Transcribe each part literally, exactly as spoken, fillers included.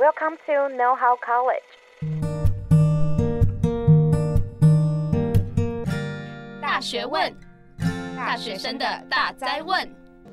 Welcome to Know How College。 大学问，大学生的大哉问。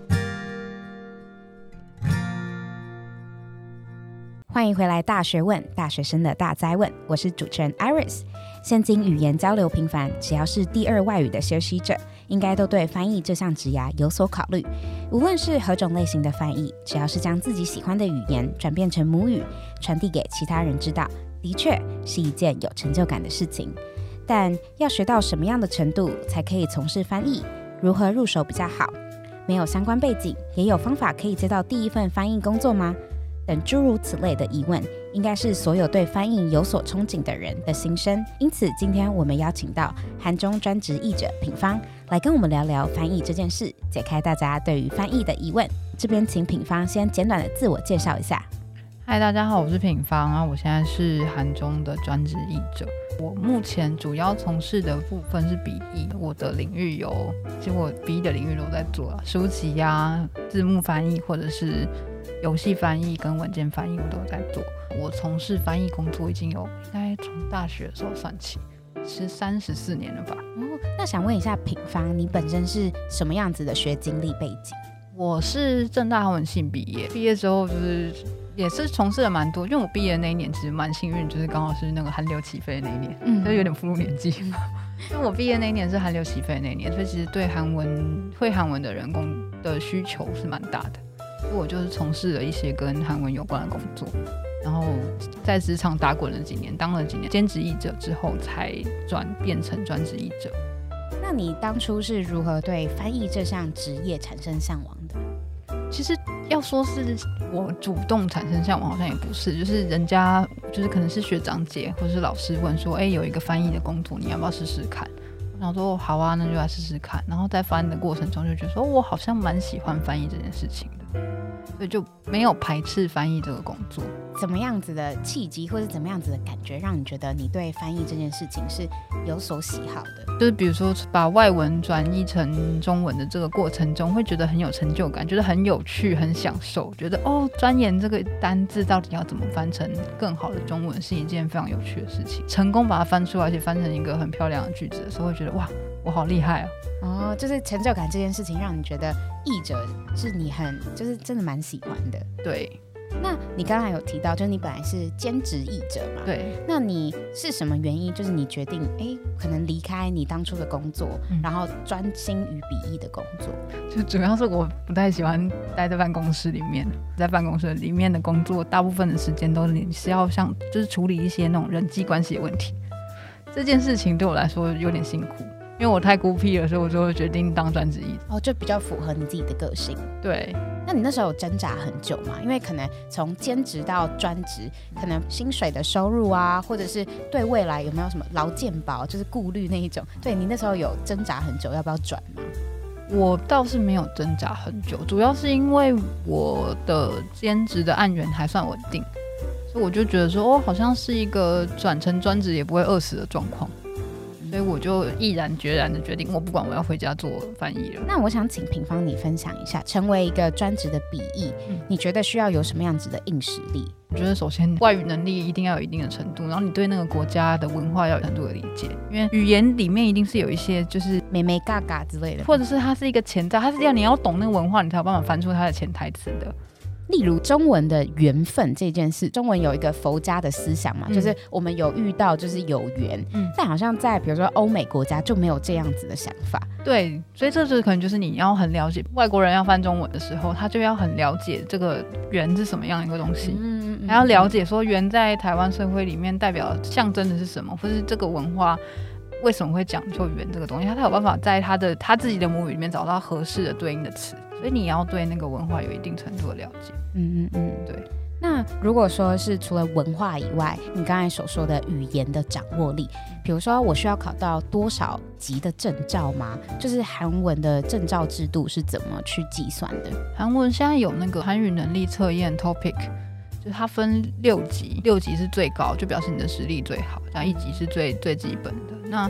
欢迎回来，大学问，大学生的大哉问。我是主持人 Iris。现今语言交流频繁，只要是第二外语的学习者，应该都对翻译这项职涯有所考虑。无论是何种类型的翻译，只要是将自己喜欢的语言转变成母语，传递给其他人知道，的确是一件有成就感的事情。但要学到什么样的程度才可以从事翻译？如何入手比较好？没有相关背景，也有方法可以接到第一份翻译工作吗？等诸如此类的疑问，应该是所有对翻译有所憧憬的人的心声。因此，今天我们邀请到韩中专职译者品芳来跟我们聊聊翻译这件事，解开大家对于翻译的疑问。这边请品芳先简短的自我介绍一下。 嗨，大家好，我是品芳啊，我现在是韩中的专职译者。我目前主要从事的部分是笔译，我的领域有，其实我笔译的领域都在做啊，书籍啊、字幕翻译或者是游戏翻译跟文件翻译我都在做。我从事翻译工作已经有应该从大学的时候算起，十三十四年了吧。 哦，那想问一下品芳，你本身是什么样子的学经历背景？ 我是政大韩文系毕业，毕业之后就是也是从事了蛮多，因为我毕业的那一年其实蛮幸运，就是刚好是那个韩流起飞的那一年，嗯，就有点步入年纪。因为我毕业那一年是韩流起飞的那一年，所以其实对韩文会韩文的人工的需求是蛮大的，所以我就是从事了一些跟韩文有关的工作，然后在职场打滚了几年，当了几年兼职译者之后，才转变成专职译者。 那你当初是如何对翻译这项职业产生向往的？ 其实要说是我主动产生向往，好像也不是，就是人家就是可能是学长姐或者是老师问说，哎、欸，有一个翻译的工作，你要不要试试看？我想说好啊，那就来试试看。然后在翻的过程中就觉得说，我好像蛮喜欢翻译这件事情的，所以就没有排斥翻译这个工作。 怎么样子的契机或是怎么样子的感觉让你觉得你对翻译这件事情是有所喜好的？ 就是比如说把外文转译成中文的这个过程中会觉得很有成就感，觉得很有趣很享受，觉得哦钻研这个单字到底要怎么翻成更好的中文是一件非常有趣的事情。成功把它翻出来而且翻成一个很漂亮的句子的时候会觉得哇我好厉害哦！哦，就是成就感这件事情让你觉得译者是你很就是真的蛮喜欢的。 对。 那你刚才有提到就是你本来是兼职译者嘛？ 对。 那你是什么原因就是你决定哎可能离开你当初的工作、嗯、然后专心于笔译的工作？ 就主要是我不太喜欢待在办公室里面，在办公室里面的工作大部分的时间都是要像就是处理一些那种人际关系的问题，这件事情对我来说有点辛苦，因为我太孤僻了，所以我就决定当专职译者。 哦，就比较符合你自己的个性。 对。 那你那时候有挣扎很久吗？因为可能从兼职到专职，可能薪水的收入啊，或者是对未来有没有什么劳健保，就是顾虑那一种。对，你那时候有挣扎很久要不要转吗？ 我倒是没有挣扎很久，主要是因为我的兼职的案源还算稳定，所以我就觉得说哦，好像是一个转成专职也不会饿死的状况。所以我就毅然决然的决定，我不管，我要回家做翻译了。 那我想请品芳你分享一下，成为一个专职的笔译、嗯，你觉得需要有什么样子的硬实力？ 我觉得首先外语能力一定要有一定的程度，然后你对那个国家的文化要有程度的理解，因为语言里面一定是有一些就是美美嘎嘎之类的， 或者是它是一个潜在，它是要你要懂那个文化，你才有办法翻出它的潜台词的。 例如中文的缘分这件事，中文有一个佛家的思想嘛、嗯、就是我们有遇到就是有缘、嗯、但好像在比如说欧美国家就没有这样子的想法。 对，所以这就可能就是你要很了解外国人要翻中文的时候，他就要很了解这个缘是什么样一个东西，嗯嗯，还要了解说缘在台湾社会里面代表象征的是什么，或是这个文化为什么会讲究缘这个东西，他才有办法在他的他自己的母语里面找到合适的对应的词，所以你要对那个文化有一定程度的了解。嗯嗯嗯，对。 那如果说是除了文化以外，你刚才所说的语言的掌握力，比如说我需要考到多少级的证照吗？就是韩文的证照制度是怎么去计算的？ 韩文现在有那个韩语能力测验 Topic， 就是它分六级，六级是最高，就表示你的实力最好，然后一级是最最基本的。那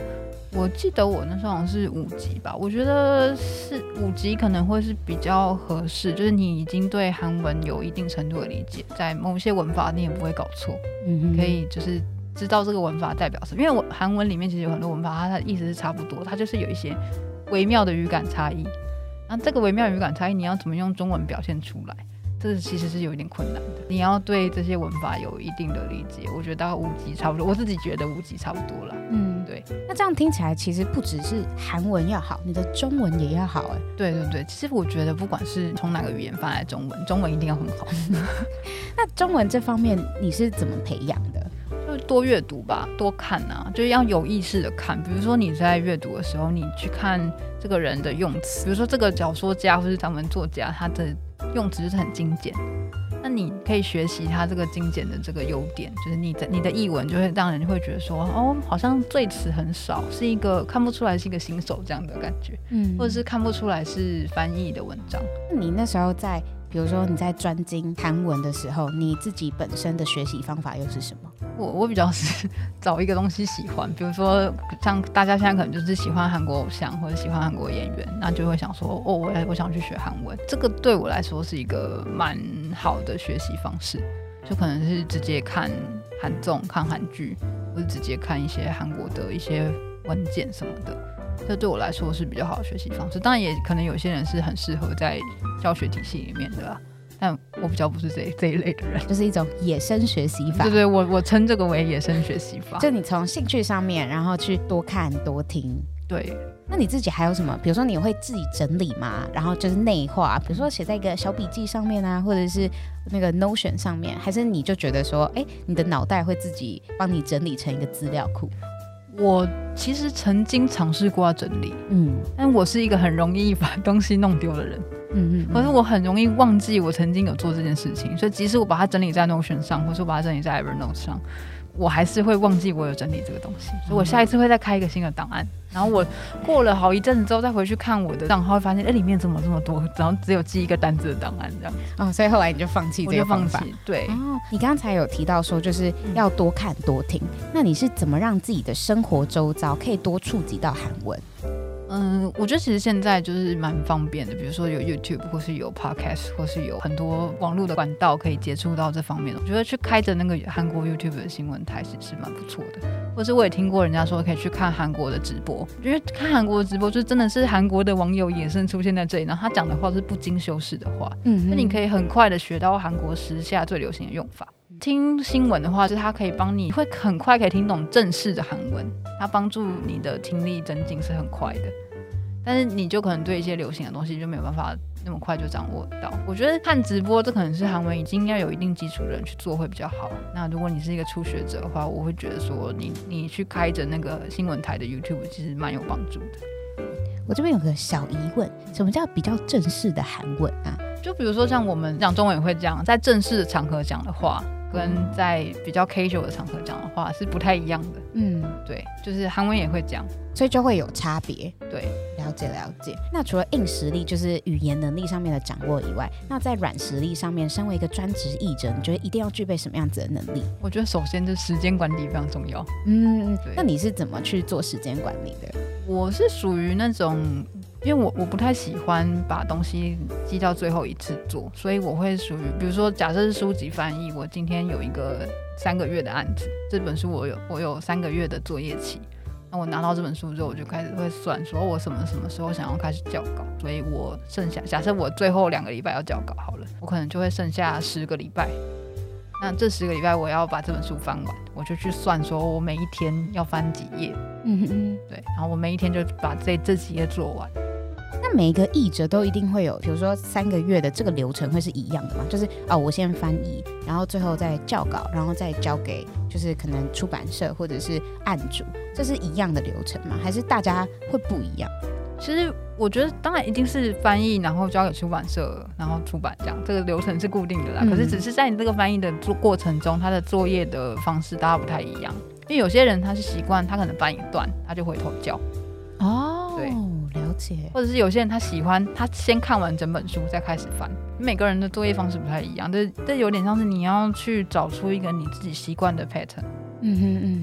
我记得我那时候好像是五级吧，我觉得是五级可能会是比较合适，就是你已经对韩文有一定程度的理解，在某些文法你也不会搞错，嗯，可以就是知道这个文法代表什么。因为我韩文里面其实有很多文法，它的意思是差不多，它就是有一些微妙的语感差异。那这个微妙语感差异，你要怎么用中文表现出来？这其实是有一点困难的，你要对这些文法有一定的理解。我觉得大概五级差不多，我自己觉得五级差不多了。嗯，对。 那这样听起来，其实不只是韩文要好，你的中文也要好哎。 对对对，其实我觉得不管是从哪个语言翻来中文，中文一定要很好。 那中文这方面你是怎么培养的？ 就多阅读吧，多看啊，就是要有意识的看。比如说你在阅读的时候，你去看这个人的用词，比如说这个小说家或是他们作家，他的用词就是很精简，那你可以学习他这个精简的这个优点，就是你的你的译文就会让人会觉得说，哦，好像赘词很少，是一个看不出来是一个新手这样的感觉，嗯，或者是看不出来是翻译的文章。 那你那时候在，比如说你在专精韩文的时候，你自己本身的学习方法又是什么？ 我我比较是找一个东西喜欢，比如说像大家现在可能就是喜欢韩国偶像或者喜欢韩国演员，那就会想说，哦，我我想去学韩文。这个对我来说是一个蛮好的学习方式，就可能是直接看韩综、看韩剧，或者直接看一些韩国的一些文件什么的。这对我来说是比较好的学习方式。当然也可能有些人是很适合在教学体系里面的啦，但我比较不是 这, 这一类的人， 就是一种野生学习法。 对对，我我称这个为野生学习法。 就你从兴趣上面，然后去多看多听。 对， 那你自己还有什么？比如说你会自己整理吗？然后就是内化，比如说写在一个小笔记上面啊，或者是那个 Notion 上面，还是你就觉得说，哎，你的脑袋会自己帮你整理成一个资料库？ 我其实曾经尝试过要整理，嗯，但我是一个很容易把东西弄丢的人，嗯嗯，可是我很容易忘记我曾经有做这件事情，所以即使我把它整理在 Notion 上，或是我把它整理在 Evernote 上，我还是会忘记我有整理这个东西，所以我下一次会再开一个新的档案，然后我过了好一阵子之后再回去看我的账号，会发现哎，里面怎么这么多，然后只有记一个单字的档案这样。 哦，所以后来你就放弃这个方法。 我就放弃，对。 哦，你刚才有提到说就是要多看多听，那你是怎么让自己的生活周遭可以多触及到韩文？ 嗯，我觉得其实现在就是蛮方便的，比如说有 YouTube 或是有 Podcast 或是有很多网络的管道可以接触到这方面的。我觉得去开着那个韩国 YouTube 的新闻台其实是蛮不错的，或是我也听过人家说可以去看韩国的直播，因为看韩国的直播就真的是韩国的网友野生出现在这里，然后他讲的话是不经修饰的话，嗯，那你可以很快的学到韩国时下最流行的用法。听新闻的话，就是它可以帮你会很快可以听懂正式的韩文，它帮助你的听力增进是很快的，但是你就可能对一些流行的东西就没有办法那么快就掌握到。我觉得看直播这可能是韩文已经要有一定基础的人去做会比较好。那如果你是一个初学者的话，我会觉得说你你去开着那个新闻台的 YouTube 其实蛮有帮助的。 我这边有个小疑问，什么叫比较正式的韩文啊？ 就比如说像我们讲中文也会这样，在正式的场合讲的话跟在比较 casual 的场合讲的话是不太一样的。嗯，对，就是韩文也会讲， 所以就会有差别。 对， 了解了解。那除了硬实力就是语言能力上面的掌握以外，那在软实力上面，身为一个专职译者，你觉得一定要具备什么样子的能力？ 我觉得首先就是时间管理非常重要。 嗯，那你是怎么去做时间管理的？ 我是属于那种因为我我不太喜欢把东西记到最后一次做，所以我会属于比如说假设是书籍翻译，我今天有一个三个月的案子，这本书我有我有三个月的作业期，那我拿到这本书之后，我就开始会算说我什么什么时候想要开始校稿，所以我剩下假设我最后两个礼拜要校稿好了，我可能就会剩下十个礼拜，那这十个礼拜我要把这本书翻完，我就去算说我每一天要翻几页，嗯嗯，对，然后我每一天就把这这几页做完。 那每一个译者都一定会有，比如说三个月的这个流程会是一样的吗？就是哦，我先翻译，然后最后再校稿，然后再交给就是可能出版社或者是案主，这是一样的流程吗？还是大家会不一样？ 其实我觉得当然一定是翻译，然后交给出版社，然后出版这样，这个流程是固定的啦。嗯、可是只是在你这个翻译的过程中，他的作业的方式大家不太一样。因为有些人他是习惯，他可能翻一段，他就回头校。 哦， 对， 了解。 或者是有些人他喜欢，他先看完整本书再开始翻。每个人的作业方式不太一样，这这有点像是你要去找出一个你自己习惯的 pattern。 嗯哼嗯哼。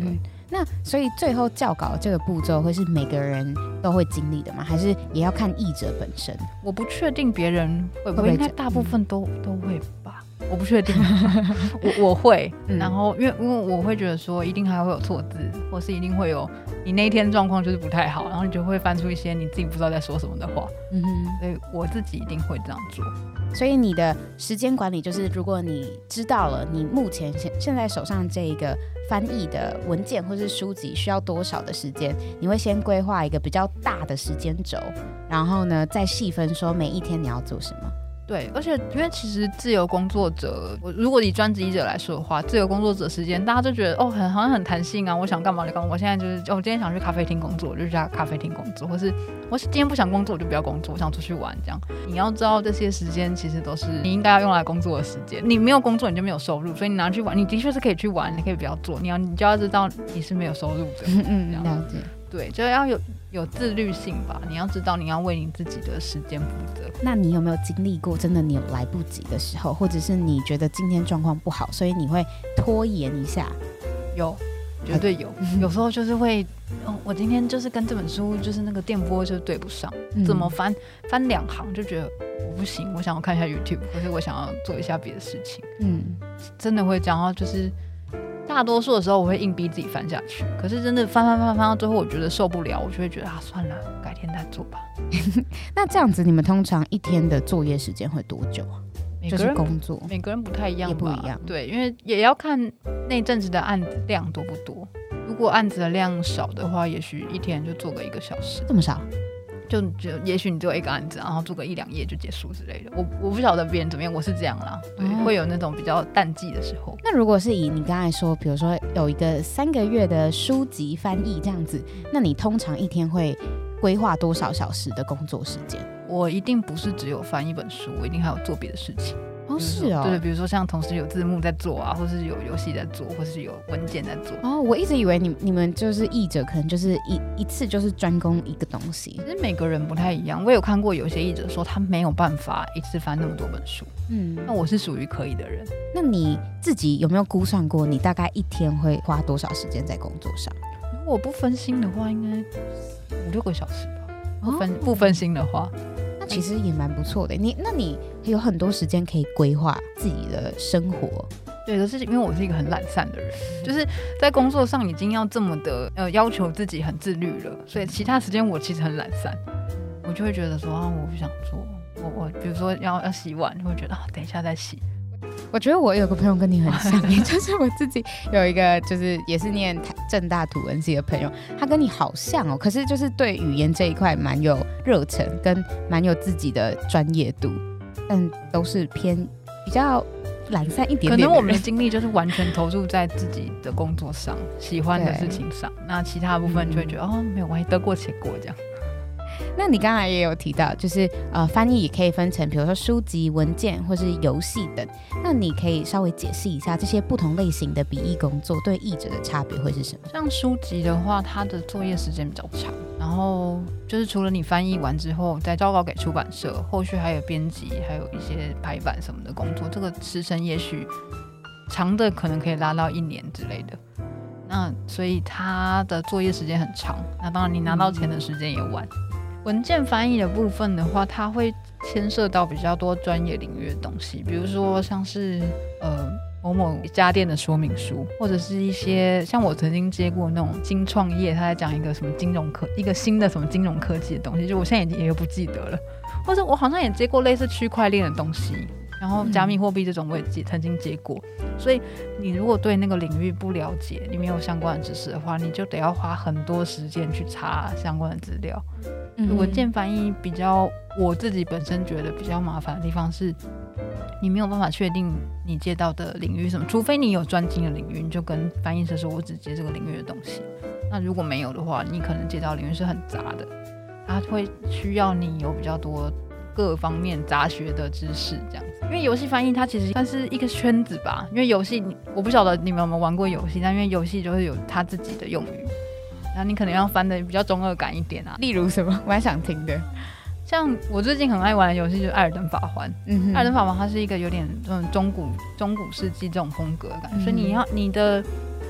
那所以最后校稿这个步骤会是每个人都会经历的吗？还是也要看译者本身？ 我不确定别人会不会，应该大部分都、嗯、都会吧。我不确定我, 我会、嗯、然后因为因为我会觉得说一定还会有错字，或是一定会有你那一天状况就是不太好，然后你就会翻出一些你自己不知道在说什么的话。嗯哼，所以我自己一定会这样做。 所以你的时间管理就是，如果你知道了你目前现在手上这一个翻译的文件或是书籍需要多少的时间，你会先规划一个比较大的时间轴，然后呢再细分说每一天你要做什么。 对，而且因为其实自由工作者，如果以专职译者来说的话，自由工作者时间大家都觉得哦很好像很弹性啊，我想干嘛就干嘛。我现在就是哦，我今天想去咖啡厅工作，我就去咖啡厅工作，或是我今天不想工作我就不要工作，我想出去玩这样。你要知道这些时间其实都是你应该要用来工作的时间，你没有工作你就没有收入，所以你拿去玩，你的确是可以去玩，你可以不要做，你要你就要知道你是没有收入的。 嗯，了解。 对，就要有有自律性吧，你要知道你要为你自己的时间负责。 那你有没有经历过真的你有来不及的时候，或者是你觉得今天状况不好，所以你会拖延一下？ 有，绝对有。有时候就是会、哦、我今天就是跟这本书就是那个电波就对不上、嗯、怎么翻翻两行就觉得我不行，我想要看一下 YouTube， 或是我想要做一下别的事情。嗯，真的会这样。然后就是大多数的时候我会硬逼自己翻下去，可是真的翻翻翻翻到最后我觉得受不了，我就会觉得啊算了，改天再做吧。 那这样子你们通常一天的作业时间会多久啊？就是工作每个人不太一样吧， 也不一样。 对，因为也要看那阵子的案子量多不多。如果案子的量少的话，也许一天就做个一个小时。 这么少？ 就就也许你只有一个案子，然后做个一两页就结束之类的。我我不晓得别人怎么样，我是这样啦。对、哦，会有那种比较淡季的时候。 那如果是以你刚才说，比如说有一个三个月的书籍翻译这样子，那你通常一天会规划多少小时的工作时间？ 我一定不是只有翻一本书，我一定还有做别的事情。 哦，是哦， 对，比如说像同时有字幕在做啊，或是有游戏在做，或是有文件在做。 哦，我一直以为你你们就是译者，可能就是一一次就是专攻一个东西。 其实每个人不太一样，我有看过有些译者说他没有办法一次翻那么多本书。嗯，那我是属于可以的人。 那你自己有没有估算过，你大概一天会花多少时间在工作上？ 如果不分心的话，应该五六个小时吧。不分、哦、不分心的话。 其实也蛮不错的，你那你有很多时间可以规划自己的生活。 对，可是因为我是一个很懒散的人，就是在工作上已经要这么的呃要求自己很自律了，所以其他时间我其实很懒散，我就会觉得说啊我不想做，我我比如说要要洗碗，会觉得啊等一下再洗。 我觉得我有个朋友跟你很像，也就是我自己有一个就是也是念政大图文系的朋友，他跟你好像哦，可是就是对语言这一块蛮有热忱，跟蛮有自己的专业度，但都是偏比较懒散一点点的人。 可能我们的精力就是完全投入在自己的工作上，喜欢的事情上，那其他部分就会觉得、嗯、哦没有关系，得过且过这样。 那你刚才也有提到，就是呃，翻译也可以分成，比如说书籍、文件或是游戏等。那你可以稍微解释一下这些不同类型的笔译工作对译者的差别会是什么？ 像书籍的话，它的作业时间比较长，然后就是除了你翻译完之后再交稿给出版社，后续还有编辑，还有一些排版什么的工作，这个时程也许长的可能可以拉到一年之类的。那所以它的作业时间很长，那当然你拿到钱的时间也晚。文件翻译的部分的话，它会牵涉到比较多专业领域的东西，比如说像是呃某某家电的说明书，或者是一些像我曾经接过那种新创业，他在讲一个什么金融科一个新的什么金融科技的东西，就我现在也不记得了。或者我好像也接过类似区块链的东西，然后加密货币这种我也接曾经接过。所以你如果对那个领域不了解，你没有相关的知识的话，你就得要花很多时间去查相关的资料。嗯、文件翻译比较我自己本身觉得比较麻烦的地方是，你没有办法确定你接到的领域什么，除非你有专精的领域，你就跟翻译师说我只接这个领域的东西。那如果没有的话，你可能接到领域是很杂的，它会需要你有比较多各方面杂学的知识这样子。因为游戏翻译它其实算是一个圈子吧，因为游戏我不晓得你们有没有玩过游戏，但因为游戏就会有它自己的用语，然后你可能要翻的比较中二感一点啊。 例如什么？我还想听的。 像我最近很爱玩的游戏就是《艾尔登法环》，嗯，《艾尔登法环》它是一个有点嗯中古中古世纪这种风格的感觉，嗯，所以你要你的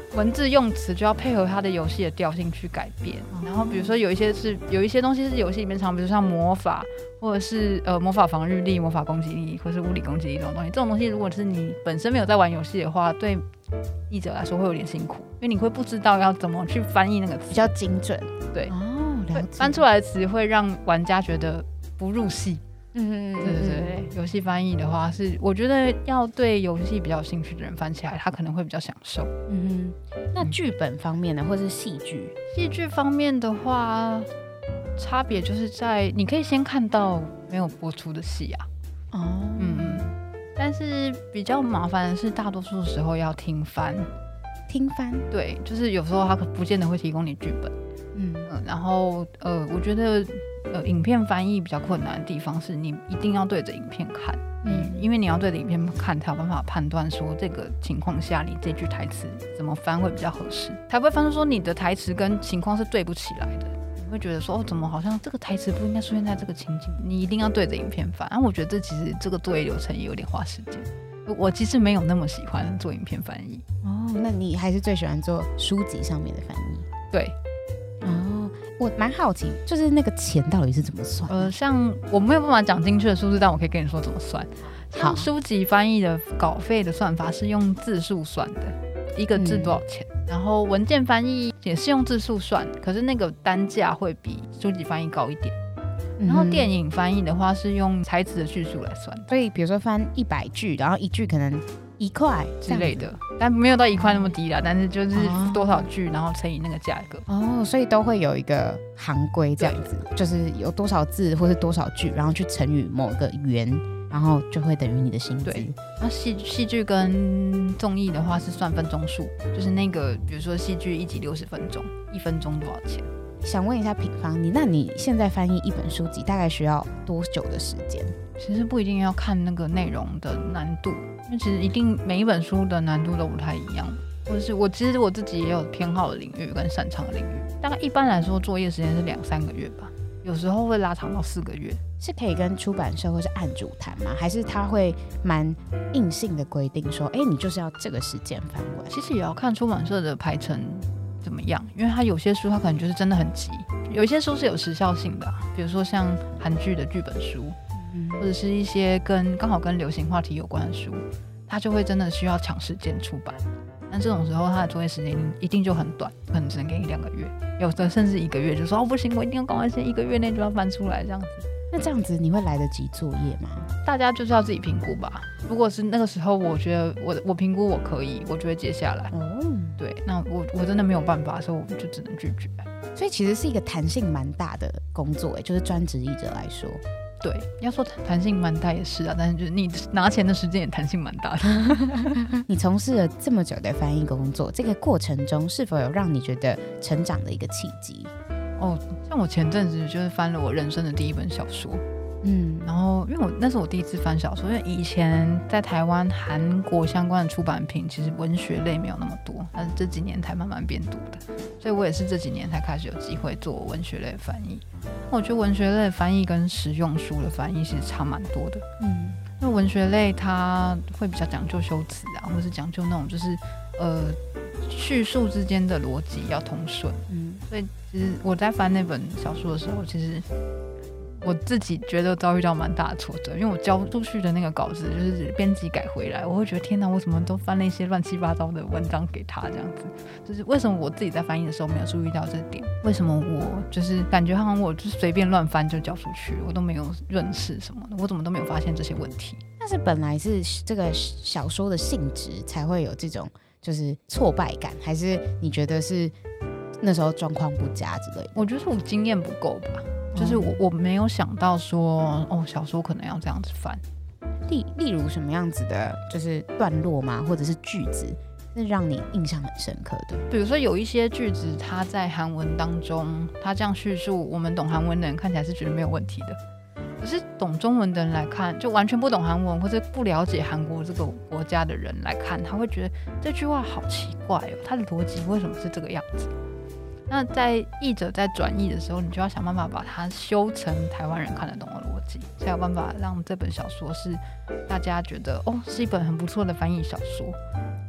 文字用词就要配合它的游戏的调性去改变。然后比如说有一些是有一些东西是游戏里面常，比如像魔法，或者是呃魔法防御力、魔法攻击力，或是物理攻击力这种东西。这种东西如果是你本身没有在玩游戏的话，对译者来说会有点辛苦，因为你会不知道要怎么去翻译那个词， 比较精准。 对， 哦，了解。 翻出来的词会让玩家觉得不入戏。 嗯， 对对对，游戏翻译的话是，我觉得要对游戏比较有兴趣的人翻起来，他可能会比较享受。 嗯，那剧本方面呢，或是戏剧？ 戏剧方面的话，差别就是在你可以先看到没有播出的戏啊。哦，嗯嗯，但是比较麻烦的是，大多数时候要听翻。 听翻？对， 就是有时候他不见得会提供你剧本。嗯嗯，然后呃，我觉得。呃，影片翻译比较困难的地方是你一定要对着影片看，嗯，因为你要对着影片看，才有办法判断说这个情况下你这句台词怎么翻会比较合适，才不会翻出说你的台词跟情况是对不起来的，你会觉得说哦，怎么好像这个台词不应该出现在这个情景，你一定要对着影片翻。然后我觉得这其实这个作业流程也有点花时间，我其实没有那么喜欢做影片翻译。 哦，那你还是最喜欢做书籍上面的翻译？ 对。 哦，我蛮好奇，就是那个钱到底是怎么算？ 呃，像我没有办法讲精确的数字，但我可以跟你说怎么算。像书籍翻译的稿费的算法是用字数算的，一个字多少钱、嗯、然后文件翻译也是用字数算，可是那个单价会比书籍翻译高一点。然后电影翻译的话是用台词的句数来算， 所以比如说翻一百句，然后一句可能一块之类的，但没有到一块那么低啦，但是就是多少句，然后乘以那个价格。 哦，所以都会有一个行规这样子，就是有多少字或是多少句，然后去乘以某个元，然后就会等于你的薪资。 对，那戏戏剧跟综艺的话是算分钟数，就是那个比如说戏剧一集六十分钟，一分钟多少钱？ 想问一下品芳，你那你现在翻译一本书籍大概需要多久的时间？ 其实不一定要看那个内容的难度，因为其实一定每一本书的难度都不太一样，或者是我其实我自己也有偏好的领域跟擅长的领域，大概一般来说作业时间是两三个月吧，有时候会拉长到四个月。 是可以跟出版社或是案主谈吗？还是他会蛮硬性的规定说，哎，你就是要这个时间翻完？ 其实也要看出版社的排程怎么样，因为他有些书他可能就是真的很急，有一些书是有时效性的、啊，比如说像韩剧的剧本书，嗯、或者是一些跟刚好跟流行话题有关的书，他就会真的需要抢时间出版。但这种时候他的作业时间一定就很短，可能只能给你两个月，有的甚至一个月，就说哦不行，我一定要赶快先一个月内就要翻出来这样子。 那这样子你会来得及作业吗？ 大家就是要自己评估吧。如果是那个时候，我觉得我我评估我可以，我就会接下来。哦，对，那我我真的没有办法的时候，我就只能拒绝。 所以其实是一个弹性蛮大的工作，哎，就是专职译者来说。 对，要说弹性蛮大也是啊，但是就是你拿钱的时间也弹性蛮大的。 你从事了这么久的翻译工作，这个过程中是否有让你觉得成长的一个契机？ 哦，像我前阵子就是翻了我人生的第一本小说，嗯，然后因为我那是我第一次翻小说，因为以前在台湾韩国相关的出版品其实文学类没有那么多，但是这几年才慢慢变多的，所以我也是这几年才开始有机会做文学类的翻译。我觉得文学类的翻译跟实用书的翻译其实差蛮多的，嗯，因为文学类它会比较讲究修辞啊，或是讲究那种就是呃叙述之间的逻辑要通顺，嗯，所以其实我在翻那本小说的时候，其实我自己觉得遭遇到蛮大的挫折，因为我交出去的那个稿子就是编辑改回来，我会觉得天哪，我怎么都翻了一些乱七八糟的文章给他，这样子，就是为什么我自己在翻译的时候没有注意到这点？为什么我就是感觉好像我就是随便乱翻就交出去，我都没有认识什么的，我怎么都没有发现这些问题？ 但是本来是这个小说的性质才会有这种就是挫败感，还是你觉得是那时候状况不佳之类的？ 我觉得是我经验不够吧，就是我我没有想到说哦，小说可能要这样子翻。 例例如什么样子的，就是段落吗，或者是句子是让你印象很深刻的？ 比如说有一些句子，它在韩文当中，它这样叙述，我们懂韩文的人看起来是觉得没有问题的。可是懂中文的人来看，就完全不懂韩文或者不了解韩国这个国家的人来看，他会觉得这句话好奇怪哦，它的逻辑为什么是这个样子？那在译者在转译的时候，你就要想办法把它修成台湾人看得懂的逻辑，才有办法让这本小说是大家觉得哦是一本很不错的翻译小说。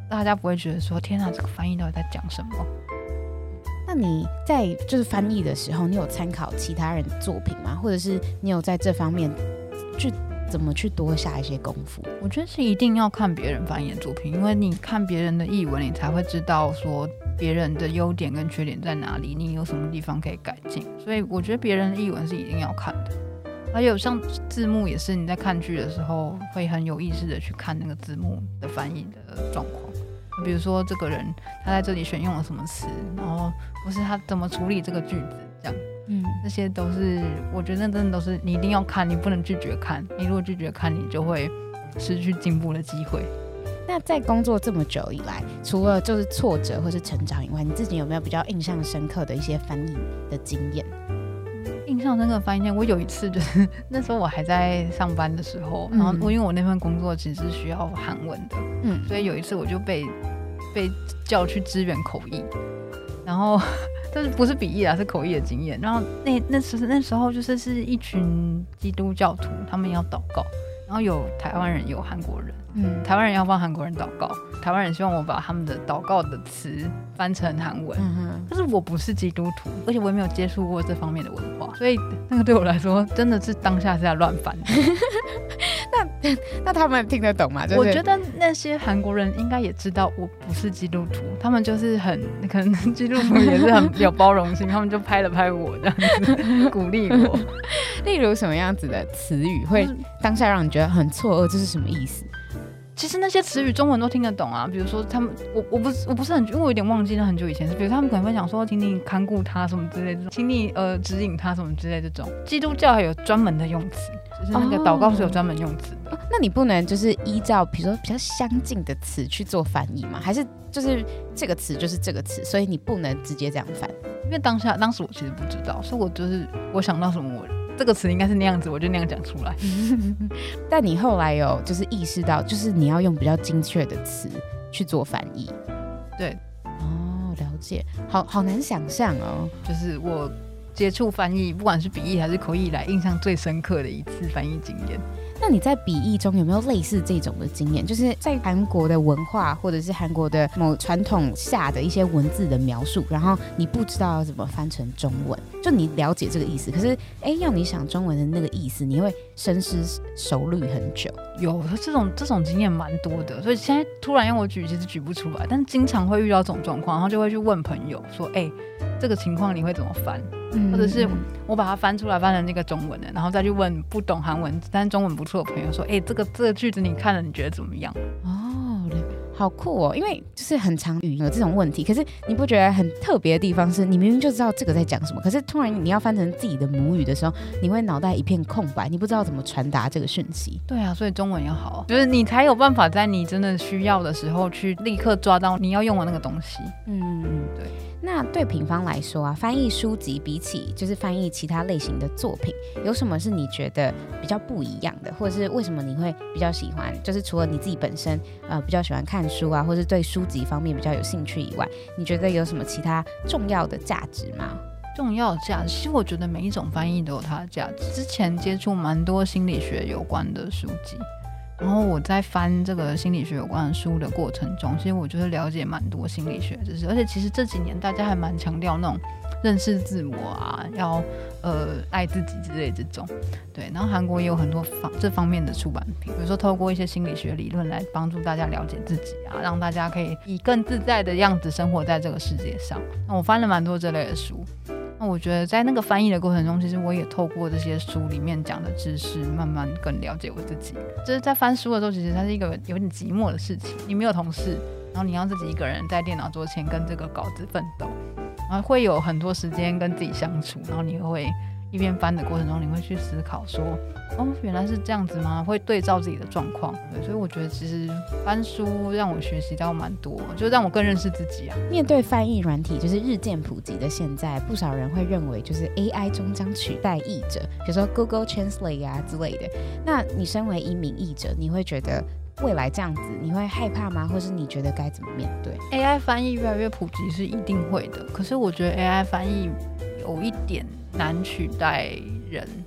大家不会觉得说天啊，这个翻译到底在讲什么。 那你在就是翻译的时候，你有参考其他人的作品吗？或者是你有在这方面去怎么去多下一些功夫？ 我觉得是一定要看别人翻译的作品，因为你看别人的译文，你才会知道说别人的优点跟缺点在哪里，你有什么地方可以改进。所以我觉得别人的译文是一定要看的。还有像字幕也是，你在看剧的时候会很有意识的去看那个字幕的翻译的状况。比如说这个人他在这里选用了什么词，然后或是他怎么处理这个句子，这样，嗯，这些都是我觉得真的都是你一定要看，你不能拒绝看。你如果拒绝看，你就会失去进步的机会。 那在工作这么久以来，除了就是挫折或是成长以外，你自己有没有比较印象深刻的一些翻译的经验？ 印象深刻的翻译，我有一次就是那时候我还在上班的时候，然后我因为我那份工作其实是需要韩文的，嗯，所以有一次我就被被叫去支援口译，然后这不是笔译啦，是口译的经验。然后那那时那时候就是是一群基督教徒，他们要祷告，然后有台湾人，有韩国人，嗯，台湾人要帮韩国人祷告，台湾人希望我把他们的祷告的词翻成韩文，嗯，但是我不是基督徒，而且我也没有接触过这方面的文化，所以那个对我来说真的是当下是在乱翻的。 那那他们听得懂吗？就是、 我觉得那些韩国人应该也知道我不是基督徒，他们就是很可能基督徒也是很有包容性，他们就拍了拍我这样子鼓励我。 例如什么样子的词语会当下让你觉得很错愕？这是什么意思？ 其实那些词语中文都听得懂啊，比如说他们，我我不是我不是很，因为我有点忘记了很久以前是，比如他们可能会讲说，请你看顾他什么之类的，请你呃指引他什么之类的这种。基督教还有专门的用词，就是那个祷告是有专门用词的。 哦，那你不能就是依照比如说比较相近的词去做翻译吗？还是就是这个词就是这个词，所以你不能直接这样翻？ 因为当下当时我其实不知道，所以我就是我想到什么我。这个词应该是那样子，我就那样讲出来。 但你后来有就是意识到，就是你要用比较精确的词去做翻译。 对， 哦，了解，好好难想象哦。 就是我接触翻译，不管是笔译还是口译以来，印象最深刻的一次翻译经验。 那你在笔译中有没有类似这种的经验？就是在韩国的文化或者是韩国的某传统下的一些文字的描述，然后你不知道要怎么翻成中文，就你了解这个意思，可是哎，要你想中文的那个意思，你会深思熟虑很久。 有这种这种经验蛮多的，所以现在突然让我举，其实举不出来，但经常会遇到这种状况，然后就会去问朋友说，哎，这个情况你会怎么翻？嗯、或者是我把它翻出来翻成那个中文的，然后再去问不懂韩文但是中文不错的朋友说，哎、欸，这个这个句子你看了你觉得怎么样？ 哦，好酷哦！因为就是很常语有这种问题，可是你不觉得很特别的地方是，你明明就知道这个在讲什么，可是突然你要翻成自己的母语的时候，你会脑袋一片空白，你不知道怎么传达这个讯息。 对啊，所以中文要好，就是你才有办法在你真的需要的时候去立刻抓到你要用的那个东西。嗯，对。 那对品方来说啊，翻译书籍比起就是翻译其他类型的作品，有什么是你觉得比较不一样的，或者是为什么你会比较喜欢？就是除了你自己本身呃比较喜欢看书啊，或是对书籍方面比较有兴趣以外，你觉得有什么其他重要的价值吗？ 重要的价值，其实我觉得每一种翻译都有它的价值。之前接触蛮多心理学有关的书籍。然后我在翻这个心理学有关的书的过程中，其实我就是了解蛮多心理学知识，而且其实这几年大家还蛮强调那种认识自我啊，要呃爱自己之类这种，对。然后韩国也有很多方这方面的出版品，比如说透过一些心理学理论来帮助大家了解自己啊，让大家可以以更自在的样子生活在这个世界上。那我翻了蛮多这类的书。那我觉得在那个翻译的过程中，其实我也透过这些书里面讲的知识，慢慢更了解我自己。就是在翻书的时候，其实它是一个有点寂寞的事情，你没有同事，然后你要自己一个人在电脑桌前跟这个稿子奋斗，然后会有很多时间跟自己相处，然后你会一边翻的过程中，你会去思考说，哦，原来是这样子吗？会对照自己的状况。对，所以我觉得其实翻书让我学习到蛮多，就让我更认识自己啊。 面对翻译软体就是日渐普及的现在，不少人会认为就是 A I 终将取代译者，比如说 Google Translate 啊之类的。那你身为一名译者，你会觉得未来这样子你会害怕吗？或是你觉得该怎么面对？ A I 翻译越来越普及是一定会的，可是我觉得 A I 翻译有一点难取代人，就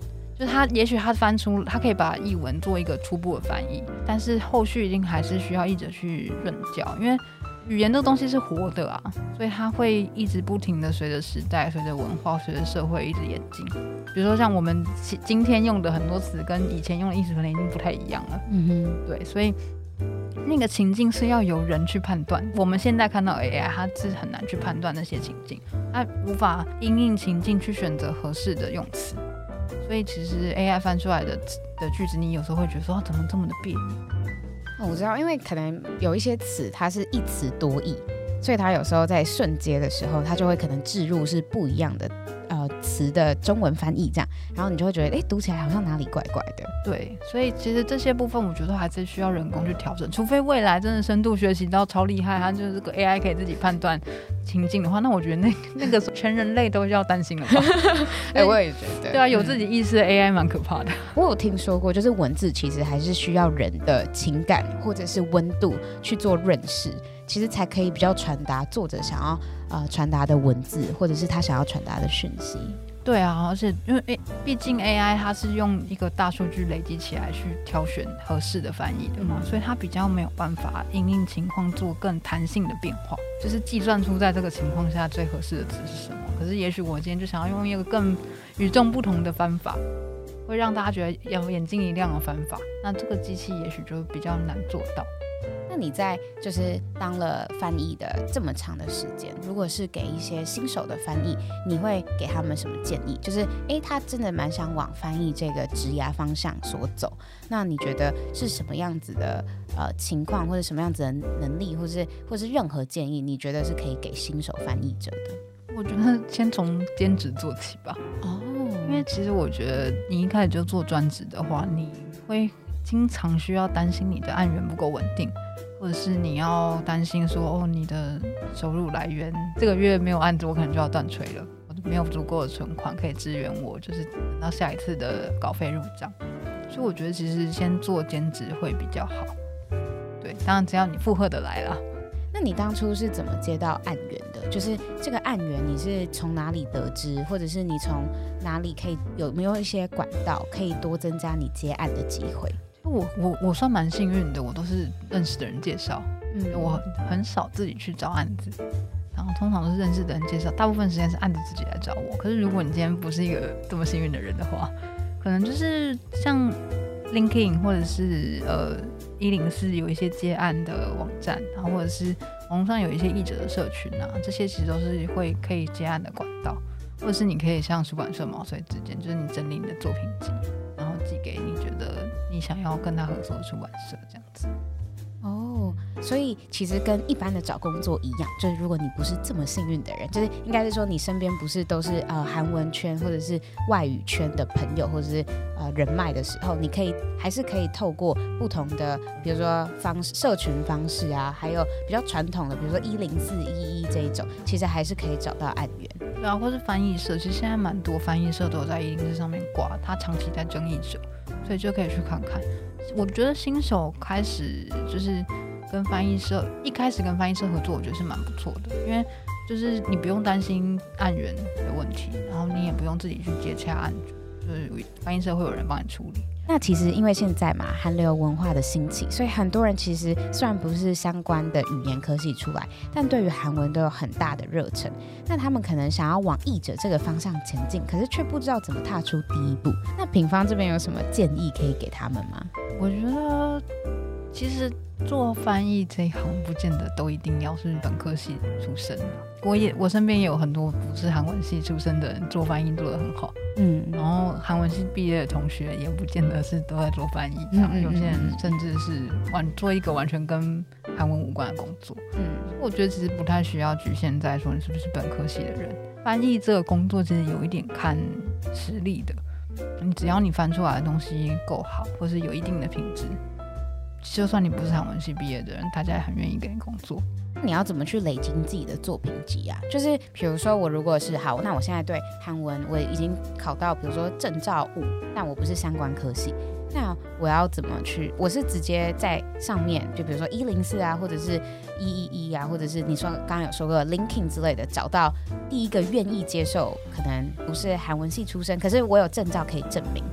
就他也许他翻出他可以把译文做一个初步的翻译，但是后续一定还是需要译者去润教，因为语言这个东西是活的啊，所以它会一直不停的随着时代、随着文化、随着社会一直演进。比如说像我们今天用的很多词跟以前用的意思可能已经不太一样了。嗯哼，对，所以那个情境是要由人去判断。我们现在看到 A I 它是很难去判断那些情境，它无法因应情境去选择合适的用词，所以其实 A I 翻出来的的句子，你有时候会觉得说、啊、怎么这么的别扭。 我知道，因为可能有一些词它是一词多义，所以它有时候在瞬接的时候，它就会可能置入是不一样的呃词的中文翻译这样，然后你就会觉得哎，读起来好像哪里怪怪的。 对，所以其实这些部分我觉得还是需要人工去调整，除非未来真的深度学习到超厉害，它就是这个 A I 可以自己判断情境的话，那我觉得那那个全人类都要担心了吧？ 哎、欸，我也觉得， 对啊，有自己意识的 A I 蛮可怕的。 我有听说过，就是文字其实还是需要人的情感或者是温度去做润饰，其实才可以比较传达作者想要呃传达的文字，或者是他想要传达的讯息。 对啊，而且因为毕竟 A I 它是用一个大数据累积起来去挑选合适的翻译的嘛，嗯、所以它比较没有办法因应情况做更弹性的变化，就是计算出在这个情况下最合适的词是什么。可是也许我今天就想要用一个更与众不同的翻法，会让大家觉得有眼睛一亮的翻法，那这个机器也许就比较难做到。 那你在就是当了翻译的这么长的时间，如果是给一些新手的翻译，你会给他们什么建议？就是哎，他真的蛮想往翻译这个职涯方向所走，那你觉得是什么样子的呃情况，或者什么样子的能力，或是或是任何建议，你觉得是可以给新手翻译者的？ 我觉得先从兼职做起吧。哦，因为其实我觉得你一开始就做专职的话，你会经常需要担心你的案源不够稳定，或者是你要担心说哦，你的收入来源这个月没有案子，我可能就要断炊了，我没有足够的存款可以支援我，就是等到下一次的稿费入账。所以我觉得其实先做兼职会比较好。对，当然只要你负荷的来啦。 那你当初是怎么接到案源的？就是这个案源你是从哪里得知，或者是你从哪里可以有没有一些管道可以多增加你接案的机会？ 我我我算蛮幸运的，我都是认识的人介绍，嗯，我很少自己去找案子，然后通常都是认识的人介绍，大部分时间是案子自己来找我。可是如果你今天不是一个这么幸运的人的话，可能就是像 LinkedIn 或者是呃一零四有一些接案的网站，然后或者是网络上有一些译者的社群啊，这些其实都是会可以接案的管道，或者是你可以像出版社毛遂自荐，就是你整理你的作品集，然后寄给你觉得你想要跟他合作的出版社这样子。 哦，所以其实跟一般的找工作一样，就是如果你不是这么幸运的人，就是应该是说你身边不是都是呃韩文圈或者是外语圈的朋友或者是呃人脉的时候，你可以还是可以透过不同的，比如说方式社群方式啊，还有比较传统的，比如说一零四一一这一种，其实还是可以找到案源。 对啊，或是翻译社，其实现在蛮多翻译社都有在一零四上面挂，他长期在争议者，所以就可以去看看。我觉得新手开始就是跟翻译社，一开始跟翻译社合作，我觉得是蛮不错的，因为就是你不用担心案源的问题，然后你也不用自己去接洽案，就是翻译社会有人帮你处理。 那其实因为现在嘛，韩流文化的兴起，所以很多人其实虽然不是相关的语言科系出来，但对于韩文都有很大的热忱。那他们可能想要往译者这个方向前进，可是却不知道怎么踏出第一步。那品方这边有什么建议可以给他们吗？ 我觉得其实做翻译这一行不见得都一定要是本科系出身的，我也我身边也有很多不是韩文系出身的人做翻译做得很好，嗯，然后韩文系毕业的同学也不见得是都在做翻译，嗯嗯嗯，有些人甚至是完做一个完全跟韩文无关的工作，嗯，我觉得其实不太需要局限在说你是不是本科系的人，翻译这个工作其实有一点看实力的，你只要你翻出来的东西够好，或是有一定的品质，就算你不是韩文系毕业的人，大家也很愿意跟你工作。 你要怎么去累积自己的作品集啊？就是比如说我如果是好，那我现在对韩文我已经考到比如说证照五，但我不是相关科系，那我要怎么去？我是直接在上面，就比如说一零四啊，或者是一一一啊，或者是你说刚刚有说过 LinkedIn 之类的，找到第一个愿意接受可能不是韩文系出身，可是我有证照可以证明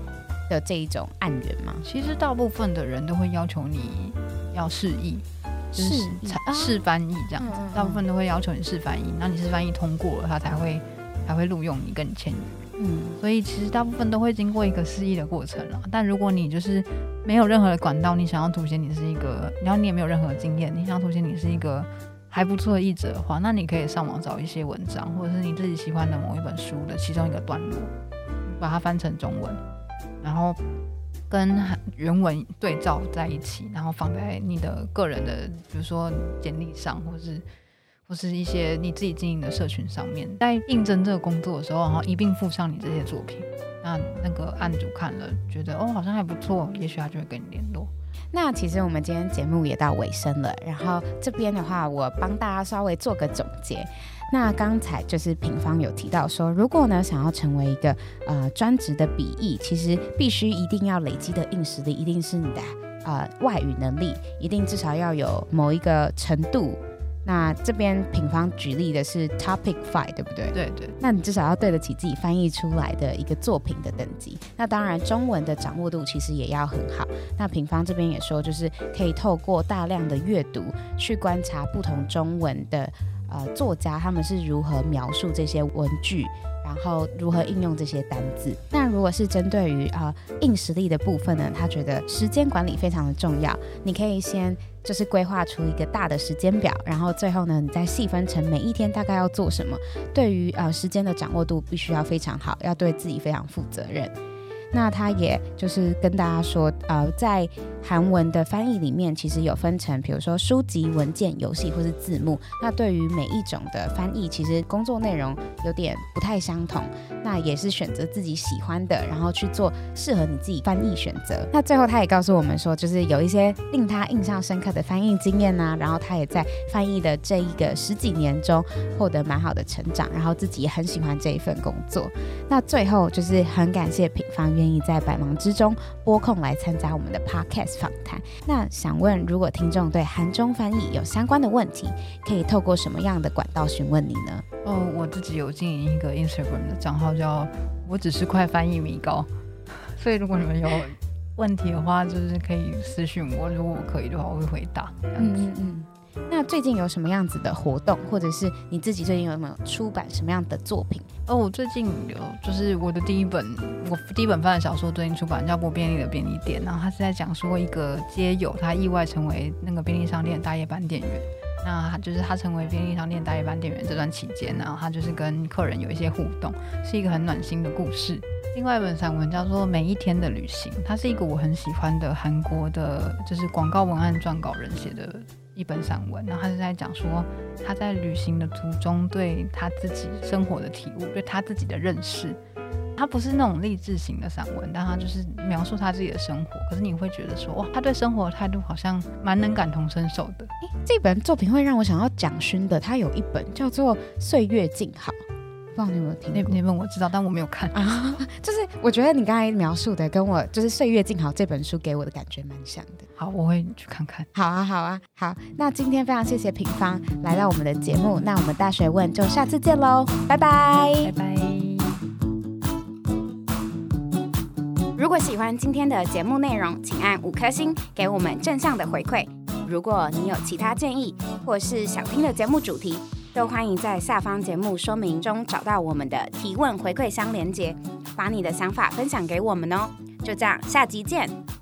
的这一种案源吗？ 其实大部分的人都会要求你要释义，就是试翻译这样子、啊、大部分都会要求你试翻译，那你试翻译通过了，他才会才会录用你跟你签约。嗯，所以其实大部分都会经过一个释义的过程了。但如果你就是没有任何的管道，你想要凸显你是一个，然后你也没有任何的经验，你想要凸显你是一个还不错的译者的话，那你可以上网找一些文章，或者是你自己喜欢的某一本书的其中一个段落，把它翻成中文，然后跟原文对照在一起，然后放在你的个人的比如说简历上，或是或是一些你自己经营的社群上面，在应征这个工作的时候，然后一并附上你这些作品，那那个案主看了觉得哦好像还不错，也许他就会跟你联络。 那其实我们今天节目也到尾声了，然后这边的话我帮大家稍微做个总结。那刚才就是品方有提到说，如果呢想要成为一个呃专职的笔译，其实必须一定要累积的硬实力一定是你的呃外语能力，一定至少要有某一个程度。那这边品方举例的是 Topic 五， 对不对？ 对对。 那你至少要对得起自己翻译出来的一个作品的等级。那当然，中文的掌握度其实也要很好。那品方这边也说，就是可以透过大量的阅读，去观察不同中文的呃作家他们是如何描述这些文句，然后如何应用这些单字。那如果是针对于呃硬实力的部分呢，他觉得时间管理非常的重要。你可以先就是规划出一个大的时间表，然后最后呢，你再细分成每一天大概要做什么。对于呃时间的掌握度必须要非常好，要对自己非常负责任。那他也就是跟大家说，呃，在韩文的翻译里面，其实有分成，比如说书籍、文件、游戏或是字幕。那对于每一种的翻译，其实工作内容有点不太相同。那也是选择自己喜欢的，然后去做适合你自己翻译选择。那最后他也告诉我们说，就是有一些令他印象深刻的翻译经验啊，然后他也在翻译的这一个十几年中获得蛮好的成长，然后自己也很喜欢这一份工作。那最后就是很感谢品方愿意在百忙之中拨空来参加我们的 podcast 访谈。那想问，如果听众对韩中翻译有相关的问题，可以透过什么样的管道询问你呢？ 哦，我自己有经营一个 Instagram 的账号，叫我只是块翻译米糕，所以如果你们有问题的话，就是可以私讯我，如果我可以的话，我会回答。嗯嗯嗯。 那最近有什么样子的活动，或者是你自己最近有没有出版什么样的作品？ 哦，我最近有，就是我的第一本，我第一本翻的小说最近出版，叫《不便利的便利店》，然后他是在讲说一个街友，他意外成为那个便利商店的大夜班店员。那他就是他成为便利商店大夜班店员这段期间，然后他就是跟客人有一些互动，是一个很暖心的故事。另外一本散文叫做《每一天的旅行》，它是一个我很喜欢的韩国的，就是广告文案撰稿人写的一本散文。然后他是在讲说他在旅行的途中对他自己生活的体悟，对他自己的认识。他不是那种励志型的散文，但他就是描述他自己的生活，可是你会觉得说哇，他对生活的态度好像蛮能感同身受的。 这本作品会让我想到蒋勋的，他有一本叫做《岁月静好》，不知道你有没有听过？ 那, 那本我知道，但我没有看啊。 就是我觉得你刚才描述的跟我就是《岁月静好》这本书给我的感觉蛮像的。 好，我会去看看。 好啊好啊好，那今天非常谢谢品方来到我们的节目，那我们大学问就下次见咯，拜拜拜拜。 如果喜欢今天的节目内容，请按五颗星给我们正向的回馈。如果你有其他建议或是想听的节目主题，都欢迎在下方节目说明中找到我们的提问回馈箱连结，把你的想法分享给我们哦。就这样，下集见。